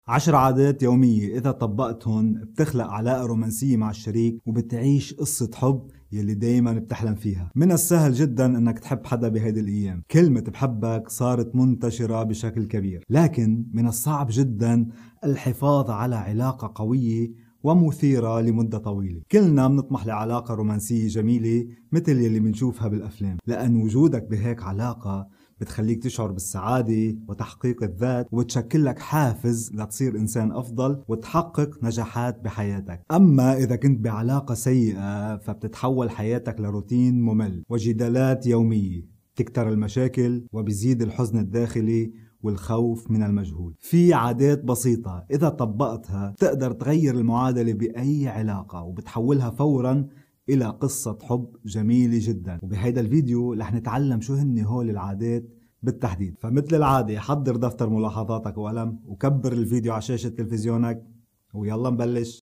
10 عادات يومية إذا طبقتهم بتخلق علاقة رومانسية مع الشريك وبتعيش قصة حب يلي دايما بتحلم فيها. من السهل جدا انك تحب حدا بهيدي الايام، كلمة بحبك صارت منتشرة بشكل كبير، لكن من الصعب جدا الحفاظ على علاقة قوية ومثيرة لمدة طويلة. كلنا بنطمح لعلاقة رومانسية جميلة مثل يلي بنشوفها بالأفلام، لأن وجودك بهيك علاقة بتخليك تشعر بالسعادة وتحقيق الذات، وبتشكل لك حافز لتصير إنسان أفضل وتحقق نجاحات بحياتك. أما إذا كنت بعلاقة سيئة فبتتحول حياتك لروتين ممل وجدالات يومية، تكتر المشاكل وبيزيد الحزن الداخلي والخوف من المجهول. في عادات بسيطة إذا طبقتها تقدر تغير المعادلة بأي علاقة وبتحولها فوراً إلى قصة حب جميلة جدا. وبهيدا الفيديو رح نتعلم شو هن هول العادات بالتحديد. فمثل العادة حضر دفتر ملاحظاتك وقلم وكبر الفيديو على شاشة تلفزيونك ويلا نبلش.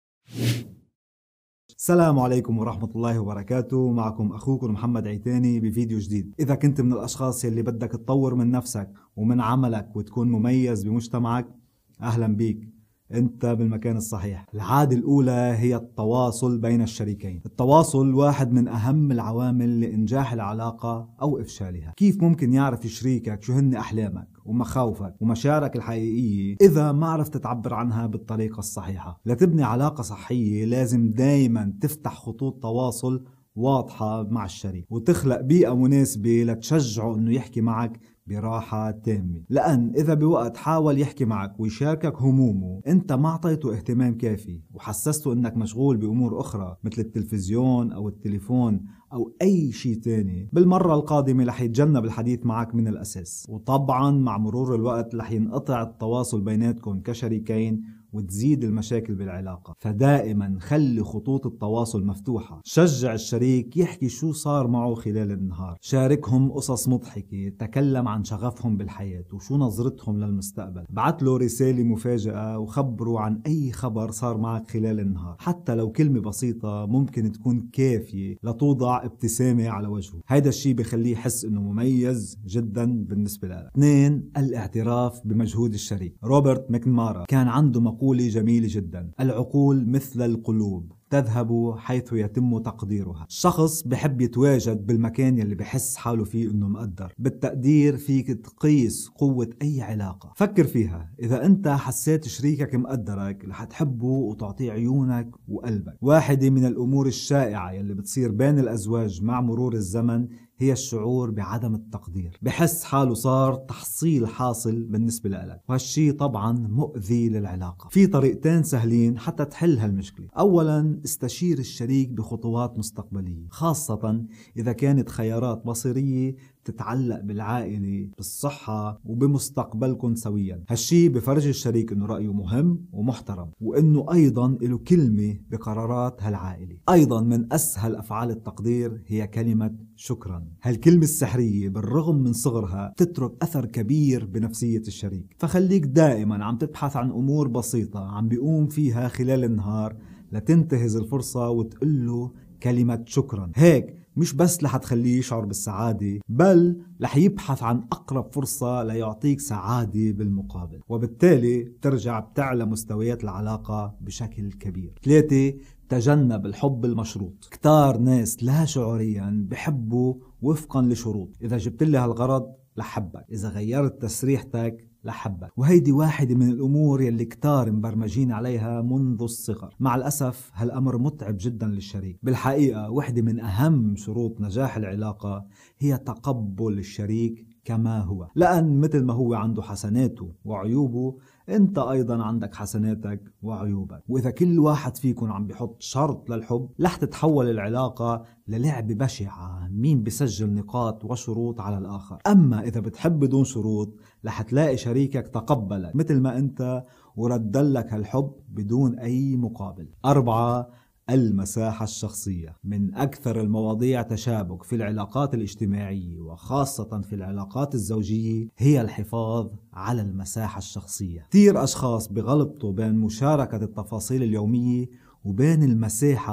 السلام عليكم ورحمة الله وبركاته، معكم أخوكم محمد عيتاني بفيديو جديد. إذا كنت من الأشخاص يلي بدك تطور من نفسك ومن عملك وتكون مميز بمجتمعك، أهلا بيك، انت بالمكان الصحيح. العادة الأولى هي التواصل بين الشريكين. التواصل واحد من أهم العوامل لإنجاح العلاقة أو إفشالها. كيف ممكن يعرف شريكك شو هن أحلامك ومخاوفك ومشاعرك الحقيقية إذا ما عرفت تعبر عنها بالطريقة الصحيحة؟ لتبني علاقة صحية لازم دايما تفتح خطوط تواصل واضحة مع الشريك وتخلق بيئة مناسبة لتشجعه انه يحكي معك براحة تامة. لأن إذا بوقت حاول يحكي معك ويشاركك همومه أنت ما أعطيته اهتمام كافي وحسسته أنك مشغول بأمور أخرى مثل التلفزيون أو التليفون أو أي شيء تاني، بالمرة القادمة رح يتجنب الحديث معك من الأساس. وطبعا مع مرور الوقت رح ينقطع التواصل بيناتكم كشريكين وتزيد المشاكل بالعلاقة. فدائما خلي خطوط التواصل مفتوحة، شجع الشريك يحكي شو صار معه خلال النهار، شاركهم قصص مضحكة، تكلم عن شغفهم بالحياة وشو نظرتهم للمستقبل، بعت له رسالة مفاجأة وخبره عن أي خبر صار معك خلال النهار. حتى لو كلمة بسيطة ممكن تكون كافية لتوضع ابتسامة على وجهه. هيدا الشيء بخليه يحس انه مميز جدا بالنسبة له. 2. الاعتراف بمجهود الشريك. روبرت ماكنامارا كان عنده مقولة جميلة جدا: العقول مثل القلوب تذهب حيث يتم تقديرها. الشخص بحب يتواجد بالمكان يلي بحس حاله فيه انه مقدر. بالتقدير فيك تقيس قوة اي علاقة. فكر فيها، اذا انت حسيت شريكك مقدرك رح تحبه وتعطيه عيونك وقلبك. واحدة من الامور الشائعة يلي بتصير بين الازواج مع مرور الزمن هي الشعور بعدم التقدير. بحس حاله صار تحصيل حاصل بالنسبة لك، وهالشي طبعا مؤذي للعلاقة. في طريقتين سهلين حتى تحل هالمشكلة. اولا استشير الشريك بخطوات مستقبلية، خاصة اذا كانت خيارات مصيرية تتعلق بالعائلة، بالصحة وبمستقبلكم سويا. هالشي بفرج الشريك انه رأيه مهم ومحترم وانه ايضا له كلمة بقرارات هالعائلة. ايضا من اسهل افعال التقدير هي كلمة شكرا. هالكلمة السحرية بالرغم من صغرها تترك اثر كبير بنفسية الشريك. فخليك دائما عم تبحث عن امور بسيطة عم بيقوم فيها خلال النهار لتنتهز الفرصة وتقله كلمة شكرا. هيك مش بس رح تخليه يشعر بالسعادة، بل رح يبحث عن أقرب فرصة ليعطيك سعادة بالمقابل، وبالتالي بترجع بتعلى مستويات العلاقة بشكل كبير. 3. تجنب الحب المشروط. كتار ناس لا شعوريا بحبوا وفقا لشروط. إذا جبت لي هالغرض لحبك، إذا غيرت تسريحتك لحبك. وهيدي واحدة من الأمور يلي كتار مبرمجين عليها منذ الصغر. مع الأسف هالأمر متعب جدا للشريك. بالحقيقة واحدة من أهم شروط نجاح العلاقة هي تقبل الشريك كما هو، لأن مثل ما هو عنده حسناته وعيوبه انت ايضا عندك حسناتك وعيوبك. واذا كل واحد فيكم عم بيحط شرط للحب رح تتحول العلاقة للعبة بشعة، مين بيسجل نقاط وشروط على الاخر. اما اذا بتحب بدون شروط رح تلاقي شريكك تقبلك مثل ما انت وردلك هالحب بدون اي مقابل. 4. المساحة الشخصية. من أكثر المواضيع تشابك في العلاقات الاجتماعية وخاصة في العلاقات الزوجية هي الحفاظ على المساحة الشخصية. كثير أشخاص بغلطوا بين مشاركة التفاصيل اليومية وبين المساحة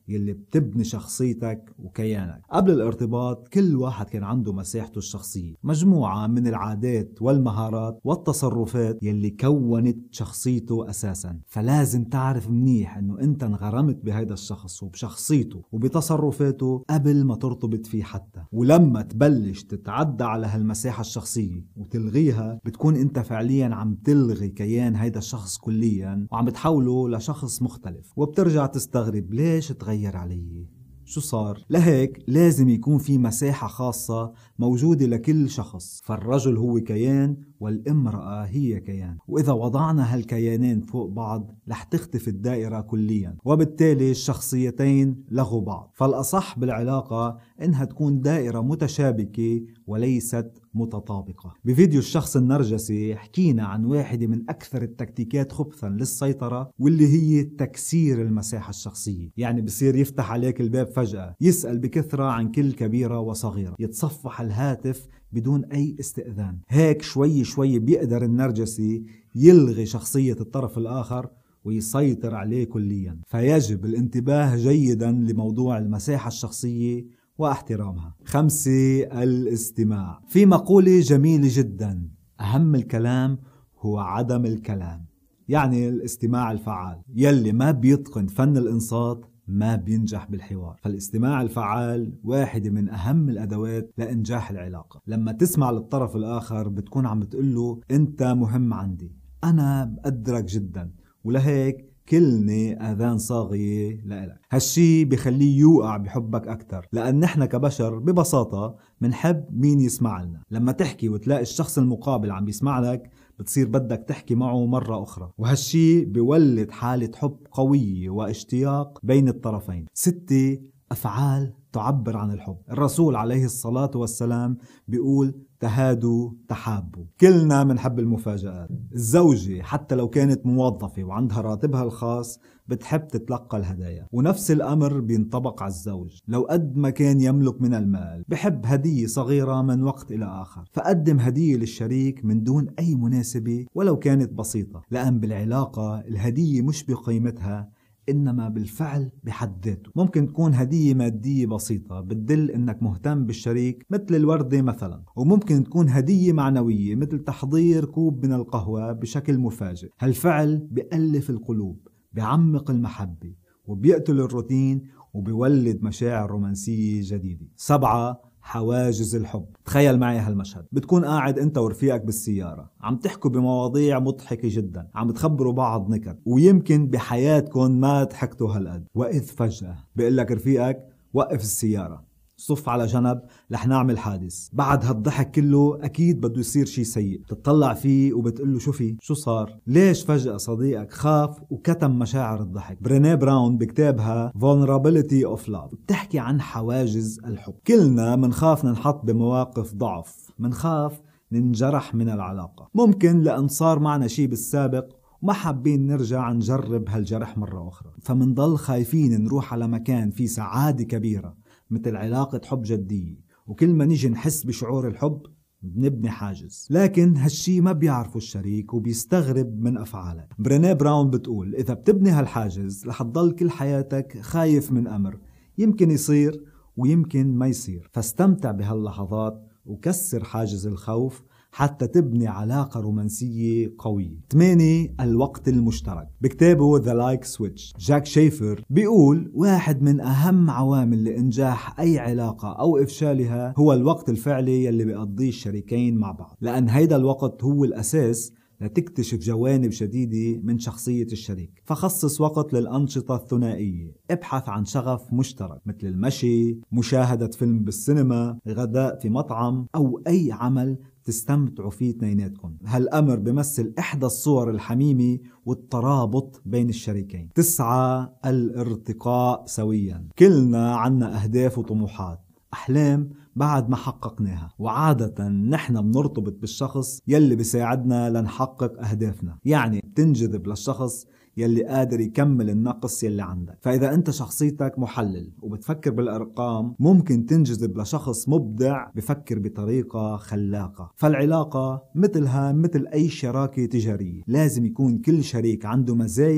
يلي بتبني شخصيتك وكيانك. قبل الارتباط كل واحد كان عنده مساحته الشخصية، مجموعة من العادات والمهارات والتصرفات يلي كونت شخصيته أساسا. فلازم تعرف منيح انه انت انغرمت بهيدا الشخص وبشخصيته وبتصرفاته قبل ما ترتبط فيه حتى. ولما تبلش تتعدى على هالمساحة الشخصية وتلغيها، بتكون انت فعليا عم تلغي كيان هيدا الشخص كليا وعم بتحوله لشخص مختلف، وبترجع تستغرب ليش تغير علي، شو صار؟ لهيك لازم يكون في مساحة خاصة موجودة لكل شخص. فالرجل هو كيان والامرأة هي كيان، وإذا وضعنا هالكيانين فوق بعض رح تختفي الدائرة كليا، وبالتالي الشخصيتين لغوا بعض. فالأصح بالعلاقة إنها تكون دائرة متشابكة وليست متطابقة. بفيديو الشخص النرجسي حكينا عن واحدة من أكثر التكتيكات خبثا للسيطرة، واللي هي تكسير المساحة الشخصية. يعني بصير يفتح عليك الباب فجأة، يسأل بكثرة عن كل كبيرة وصغيرة، يتصفح الهاتف بدون أي استئذان. هيك شوي شوي بيقدر النرجسي يلغي شخصية الطرف الآخر ويسيطر عليه كليا. فيجب الانتباه جيدا لموضوع المساحة الشخصية واحترامها. 5. الاستماع. في مقولة جميلة جدا: أهم الكلام هو عدم الكلام. يعني الاستماع الفعال. يلي ما بيتقن فن الإنصات ما بينجح بالحوار. فالاستماع الفعال واحدة من أهم الأدوات لإنجاح العلاقة. لما تسمع للطرف الآخر بتكون عم بتقله أنت مهم عندي، أنا بقدرك جدا، ولهيك كلمة آذان صاغية لإلك. هالشي بخليه يوقع بحبك أكتر، لأن نحن كبشر ببساطة منحب مين يسمع لنا. لما تحكي وتلاقي الشخص المقابل عم بيسمع لك بتصير بدك تحكي معه مرة أخرى، وهالشي بيولد حالة حب قوية واشتياق بين الطرفين. 6. أفعال تعبر عن الحب. الرسول عليه الصلاة والسلام بيقول: تهادوا تحابوا. كلنا منحب المفاجآت. الزوجة حتى لو كانت موظفة وعندها راتبها الخاص بتحب تتلقى الهدايا، ونفس الأمر بينطبق على الزوج. لو قد ما كان يملك من المال بحب هدية صغيرة من وقت إلى آخر. فقدم هدية للشريك من دون أي مناسبة ولو كانت بسيطة، لأن بالعلاقة الهدية مش بقيمتها إنما بالفعل بحد ذاته. ممكن تكون هدية مادية بسيطة بتدل إنك مهتم بالشريك مثل الوردة مثلا، وممكن تكون هدية معنوية مثل تحضير كوب من القهوة بشكل مفاجئ. هالفعل بيألف القلوب، بيعمق المحبة، وبيقتل الروتين، وبيولد مشاعر رومانسية جديدة. 7. حواجز الحب. تخيل معي هالمشهد: بتكون قاعد انت ورفيقك بالسيارة عم تحكوا بمواضيع مضحكة جدا، عم تخبروا بعض نكت، ويمكن بحياتكم ما ضحكتوا هالقد، وإذ فجأة بيقول لك رفيقك: وقف السيارة، صف على جنب، رح نعمل حادث. بعد هالضحك كله أكيد بده يصير شي سيء. بتطلع فيه وبتقول له: شو صار؟ ليش فجأة صديقك خاف وكتم مشاعر الضحك؟ برينيه براون بكتابها Vulnerability of Love بتحكي عن حواجز الحب. كلنا منخاف ننحط بمواقف ضعف، منخاف ننجرح من العلاقة، ممكن لأن صار معنا شي بالسابق وما حابين نرجع نجرب هالجرح مرة أخرى. فمنضل خايفين نروح على مكان فيه سعادة كبيرة مثل علاقة حب جدية، وكل ما نيجي نحس بشعور الحب بنبني حاجز. لكن هالشي ما بيعرفه الشريك وبيستغرب من أفعالك. برينيه براون بتقول: إذا بتبني هالحاجز رح تضل كل حياتك خايف من أمر يمكن يصير ويمكن ما يصير. فاستمتع بهاللحظات وكسر حاجز الخوف حتى تبني علاقة رومانسية قوية. 8. الوقت المشترك. بكتابه The Like Switch جاك شيفر بيقول: واحد من أهم عوامل لإنجاح أي علاقة أو إفشالها هو الوقت الفعلي يلي بيقضيه الشريكين مع بعض، لأن هيدا الوقت هو الأساس لتكتشف جوانب جديدة من شخصية الشريك. فخصص وقت للأنشطة الثنائية، ابحث عن شغف مشترك مثل المشي، مشاهدة فيلم بالسينما، غداء في مطعم، أو أي عمل تستمتعوا فيه اثنيناتكم. هالأمر بمثل إحدى الصور الحميمة والترابط بين الشريكين. 9. الارتقاء سويا. كلنا عنا أهداف وطموحات، أحلام بعد ما حققناها، وعادة نحن بنرتبط بالشخص يلي بيساعدنا لنحقق أهدافنا. يعني بتنجذب للشخص يلي قادر يكمل النقص يلي عندك. فإذا أنت شخصيتك محلل وبتفكر بالأرقام، ممكن تنجذب لشخص مبدع بفكر بطريقة خلاقة. فالعلاقة مثلها مثل أي شراكة تجارية، لازم يكون كل شريك عنده مزايا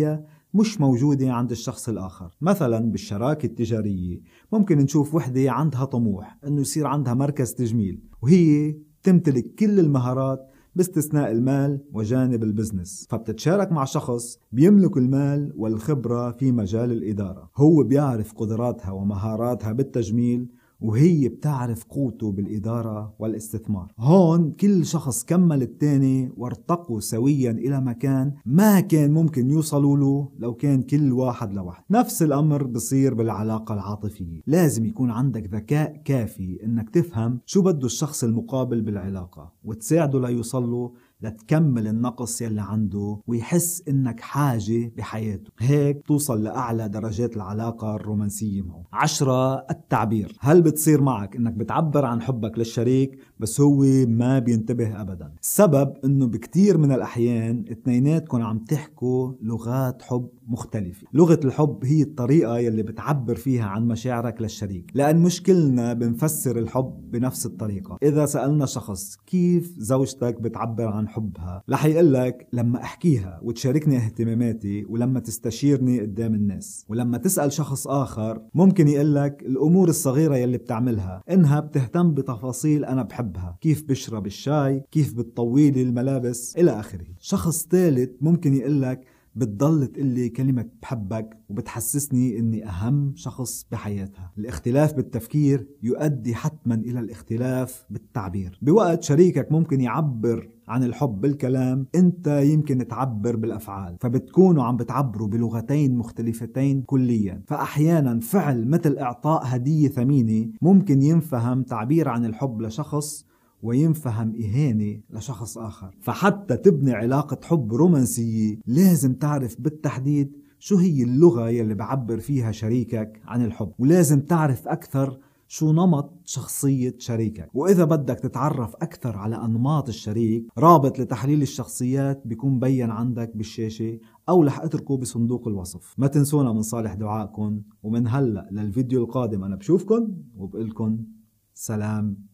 مش موجودة عند الشخص الآخر. مثلا بالشراكة التجارية ممكن نشوف وحدة عندها طموح إنه يصير عندها مركز تجميل، وهي تمتلك كل المهارات باستثناء المال وجانب البزنس، فبتتشارك مع شخص بيملك المال والخبرة في مجال الإدارة. هو بيعرف قدراتها ومهاراتها بالتجميل، وهي بتعرف قوته بالإدارة والاستثمار. هون كل شخص كمل التاني وارتقوا سويا إلى مكان ما كان ممكن يوصلوا له لو كان كل واحد لوحده. نفس الأمر بصير بالعلاقة العاطفية. لازم يكون عندك ذكاء كافي إنك تفهم شو بده الشخص المقابل بالعلاقة وتساعده ليوصل له، لتكمل النقص يلي عنده ويحس إنك حاجة بحياته. هيك توصل لأعلى درجات العلاقة الرومانسية معه. 10. التعبير. هل بتصير معك إنك بتعبر عن حبك للشريك بس هو ما بينتبه أبدا؟ السبب إنه بكتير من الأحيان اثنيناتكم عم تحكوا لغات حب مختلفة. لغة الحب هي الطريقة يلي بتعبر فيها عن مشاعرك للشريك، لأن مش كلنا بنفسر الحب بنفس الطريقة. إذا سألنا شخص كيف زوجتك بتعبر عن حبها، رح يقلك لما أحكيها وتشاركني اهتماماتي ولما تستشيرني قدام الناس. ولما تسأل شخص آخر ممكن يقلك الأمور الصغيرة يلي بتعملها، إنها بتهتم بتفاصيل أنا بحبها، كيف بشرب الشاي، كيف بتطويلي الملابس إلى آخره. شخص ثالث ممكن يقلك بتضل تقلي كلمة بحبك وبتحسسني اني اهم شخص بحياتها. الاختلاف بالتفكير يؤدي حتما الى الاختلاف بالتعبير. بوقت شريكك ممكن يعبر عن الحب بالكلام، انت يمكن تعبر بالافعال، فبتكونوا عم بتعبروا بلغتين مختلفتين كليا. فاحيانا فعل مثل اعطاء هدية ثمينة ممكن ينفهم تعبير عن الحب لشخص وينفهم إهانة لشخص آخر. فحتى تبني علاقة حب رومانسية لازم تعرف بالتحديد شو هي اللغة يلي بعبر فيها شريكك عن الحب، ولازم تعرف أكثر شو نمط شخصية شريكك. وإذا بدك تتعرف أكثر على أنماط الشريك، رابط لتحليل الشخصيات بيكون بيّن عندك بالشاشة أو رح أتركه بصندوق الوصف. ما تنسونا من صالح دعائكم، ومن هلأ للفيديو القادم أنا بشوفكن وبقلكن سلام.